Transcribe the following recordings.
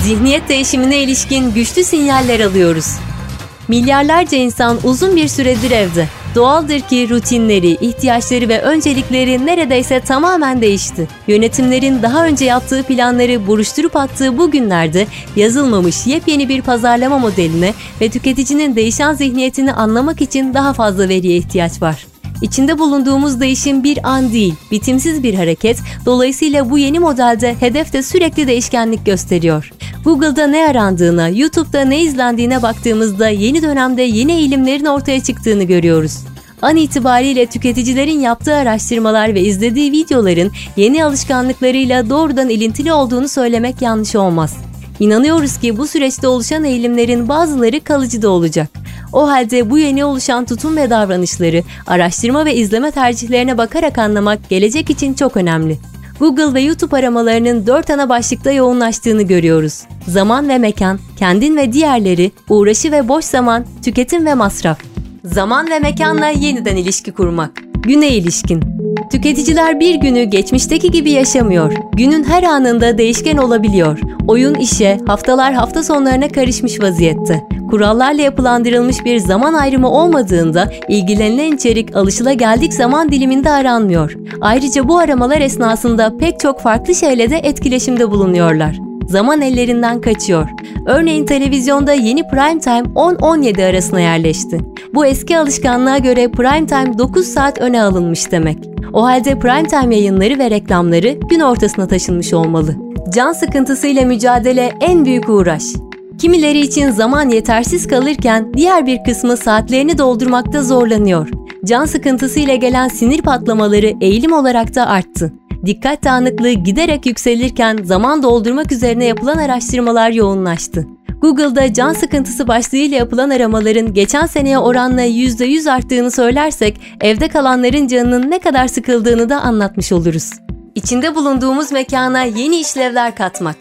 Zihniyet değişimine ilişkin güçlü sinyaller alıyoruz. Milyarlarca insan uzun bir süredir evde. Doğaldır ki rutinleri, ihtiyaçları ve öncelikleri neredeyse tamamen değişti. Yönetimlerin daha önce yaptığı planları buruşturup attığı bu günlerde yazılmamış yepyeni bir pazarlama modeline ve tüketicinin değişen zihniyetini anlamak için daha fazla veriye ihtiyaç var. İçinde bulunduğumuz değişim bir an değil, bitimsiz bir hareket. Dolayısıyla bu yeni modelde hedef de sürekli değişkenlik gösteriyor. Google'da ne arandığına, YouTube'da ne izlendiğine baktığımızda yeni dönemde yeni eğilimlerin ortaya çıktığını görüyoruz. An itibariyle tüketicilerin yaptığı araştırmalar ve izlediği videoların yeni alışkanlıklarıyla doğrudan ilintili olduğunu söylemek yanlış olmaz. İnanıyoruz ki bu süreçte oluşan eğilimlerin bazıları kalıcı da olacak. O halde bu yeni oluşan tutum ve davranışları araştırma ve izleme tercihlerine bakarak anlamak gelecek için çok önemli. Google ve YouTube aramalarının 4 ana başlıkta yoğunlaştığını görüyoruz. Zaman ve mekan, kendin ve diğerleri, uğraşı ve boş zaman, tüketim ve masraf. Zaman ve mekanla yeniden ilişki kurmak. Güne ilişkin. Tüketiciler bir günü geçmişteki gibi yaşamıyor. Günün her anında değişken olabiliyor. Oyun işe, haftalar hafta sonlarına karışmış vaziyette. Kurallarla yapılandırılmış bir zaman ayrımı olmadığında ilgilenilen içerik alışılageldik zaman diliminde aranmıyor. Ayrıca bu aramalar esnasında pek çok farklı şeyle de etkileşimde bulunuyorlar. Zaman ellerinden kaçıyor. Örneğin televizyonda yeni prime time 10-17 arasına yerleşti. Bu eski alışkanlığa göre prime time 9 saat öne alınmış demek. O halde prime time yayınları ve reklamları gün ortasına taşınmış olmalı. Can sıkıntısıyla mücadele en büyük uğraş. Kimileri için zaman yetersiz kalırken diğer bir kısmı saatlerini doldurmakta zorlanıyor. Can sıkıntısıyla gelen sinir patlamaları eğilim olarak da arttı. Dikkat dağınıklığı giderek yükselirken zaman doldurmak üzerine yapılan araştırmalar yoğunlaştı. Google'da can sıkıntısı başlığıyla yapılan aramaların geçen seneye oranla %100 arttığını söylersek evde kalanların canının ne kadar sıkıldığını da anlatmış oluruz. İçinde bulunduğumuz mekana yeni işlevler katmak.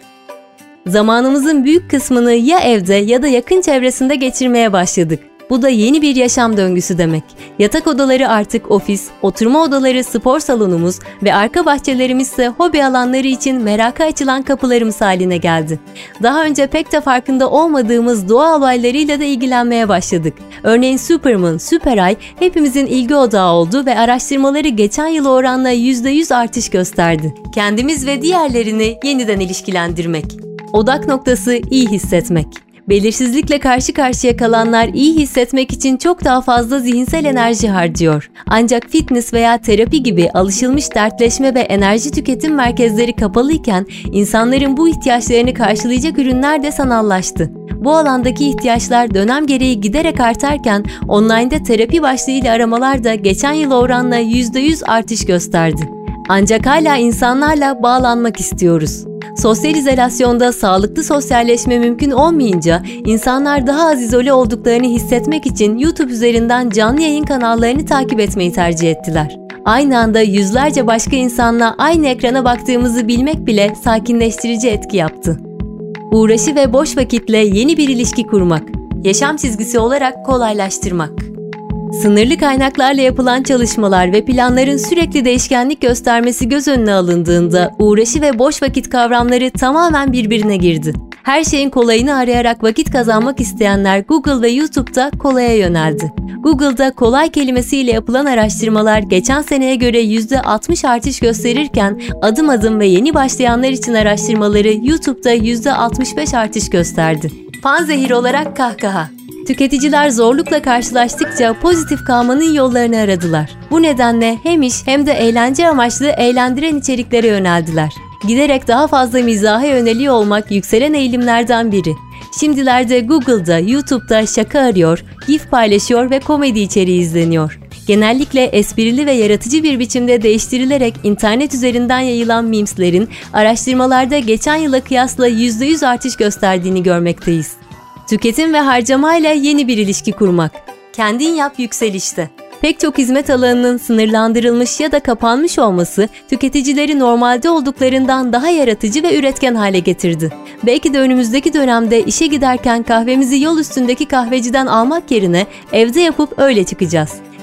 Zamanımızın büyük kısmını ya evde ya da yakın çevresinde geçirmeye başladık. Bu da yeni bir yaşam döngüsü demek. Yatak odaları artık ofis, oturma odaları spor salonumuz ve arka bahçelerimiz ise hobi alanları için meraka açılan kapılarımız haline geldi. Daha önce pek de farkında olmadığımız doğa olaylarıyla da ilgilenmeye başladık. Örneğin Supermoon, Süper Ay hepimizin ilgi odağı oldu ve araştırmaları geçen yıla oranla %100 artış gösterdi. Kendimiz ve diğerlerini yeniden ilişkilendirmek. Odak noktası iyi hissetmek. Belirsizlikle karşı karşıya kalanlar iyi hissetmek için çok daha fazla zihinsel enerji harcıyor. Ancak fitness veya terapi gibi alışılmış dertleşme ve enerji tüketim merkezleri kapalıyken insanların bu ihtiyaçlarını karşılayacak ürünler de sanallaştı. Bu alandaki ihtiyaçlar dönem gereği giderek artarken online'da terapi başlığıyla aramalar da geçen yıl oranla %100 artış gösterdi. Ancak hala insanlarla bağlanmak istiyoruz. Sosyal izolasyonda sağlıklı sosyalleşme mümkün olmayınca insanlar daha az izole olduklarını hissetmek için YouTube üzerinden canlı yayın kanallarını takip etmeyi tercih ettiler. Aynı anda yüzlerce başka insanla aynı ekrana baktığımızı bilmek bile sakinleştirici etki yaptı. Uğraşı ve boş vakitle yeni bir ilişki kurmak, yaşam çizgisi olarak kolaylaştırmak. Sınırlı kaynaklarla yapılan çalışmalar ve planların sürekli değişkenlik göstermesi göz önüne alındığında uğraşı ve boş vakit kavramları tamamen birbirine girdi. Her şeyin kolayını arayarak vakit kazanmak isteyenler Google ve YouTube'da kolaya yöneldi. Google'da kolay kelimesiyle yapılan araştırmalar geçen seneye göre %60 artış gösterirken adım adım ve yeni başlayanlar için araştırmaları YouTube'da %65 artış gösterdi. Panzehir olarak kahkaha. Tüketiciler zorlukla karşılaştıkça pozitif kalmanın yollarını aradılar. Bu nedenle hem iş hem de eğlence amaçlı eğlendiren içeriklere yöneldiler. Giderek daha fazla mizaha yöneliyor olmak yükselen eğilimlerden biri. Şimdilerde Google'da, YouTube'da şaka arıyor, gif paylaşıyor ve komedi içeriği izleniyor. Genellikle esprili ve yaratıcı bir biçimde değiştirilerek internet üzerinden yayılan memeslerin araştırmalarda geçen yıla kıyasla %100 artış gösterdiğini görmekteyiz. Tüketim ve harcamayla yeni bir ilişki kurmak. Kendin yap yükselişte. Pek çok hizmet alanının sınırlandırılmış ya da kapanmış olması tüketicileri normalde olduklarından daha yaratıcı ve üretken hale getirdi. Belki de önümüzdeki dönemde işe giderken kahvemizi yol üstündeki kahveciden almak yerine evde yapıp öyle çıkacağız.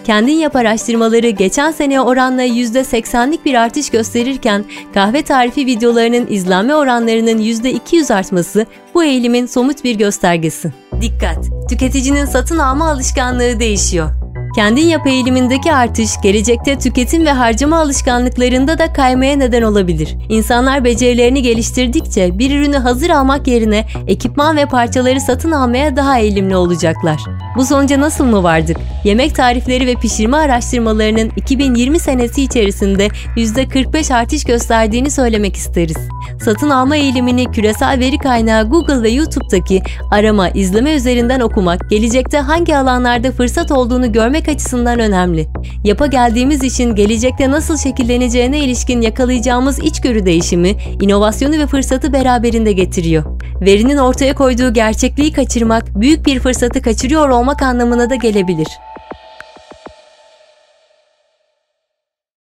Kendin yap araştırmaları geçen seneye oranla %80'lik bir artış gösterirken kahve tarifi videolarının izlenme oranlarının %200 artması bu eğilimin somut bir göstergesi. Dikkat! Tüketicinin satın alma alışkanlığı değişiyor. Kendin yap eğilimindeki artış gelecekte tüketim ve harcama alışkanlıklarında da kaymaya neden olabilir. İnsanlar becerilerini geliştirdikçe bir ürünü hazır almak yerine ekipman ve parçaları satın almaya daha eğilimli olacaklar. Bu sonuca nasıl mı vardık? Yemek tarifleri ve pişirme araştırmalarının 2020 senesi içerisinde %45 artış gösterdiğini söylemek isteriz. Satın alma eğilimini küresel veri kaynağı Google ve YouTube'daki arama, izleme üzerinden okumak, gelecekte hangi alanlarda fırsat olduğunu görmek açısından önemli. Yapa geldiğimiz işin gelecekte nasıl şekilleneceğine ilişkin yakalayacağımız içgörü değişimi, inovasyonu ve fırsatı beraberinde getiriyor. Verinin ortaya koyduğu gerçekliği kaçırmak, büyük bir fırsatı kaçırıyor olmak anlamına da gelebilir.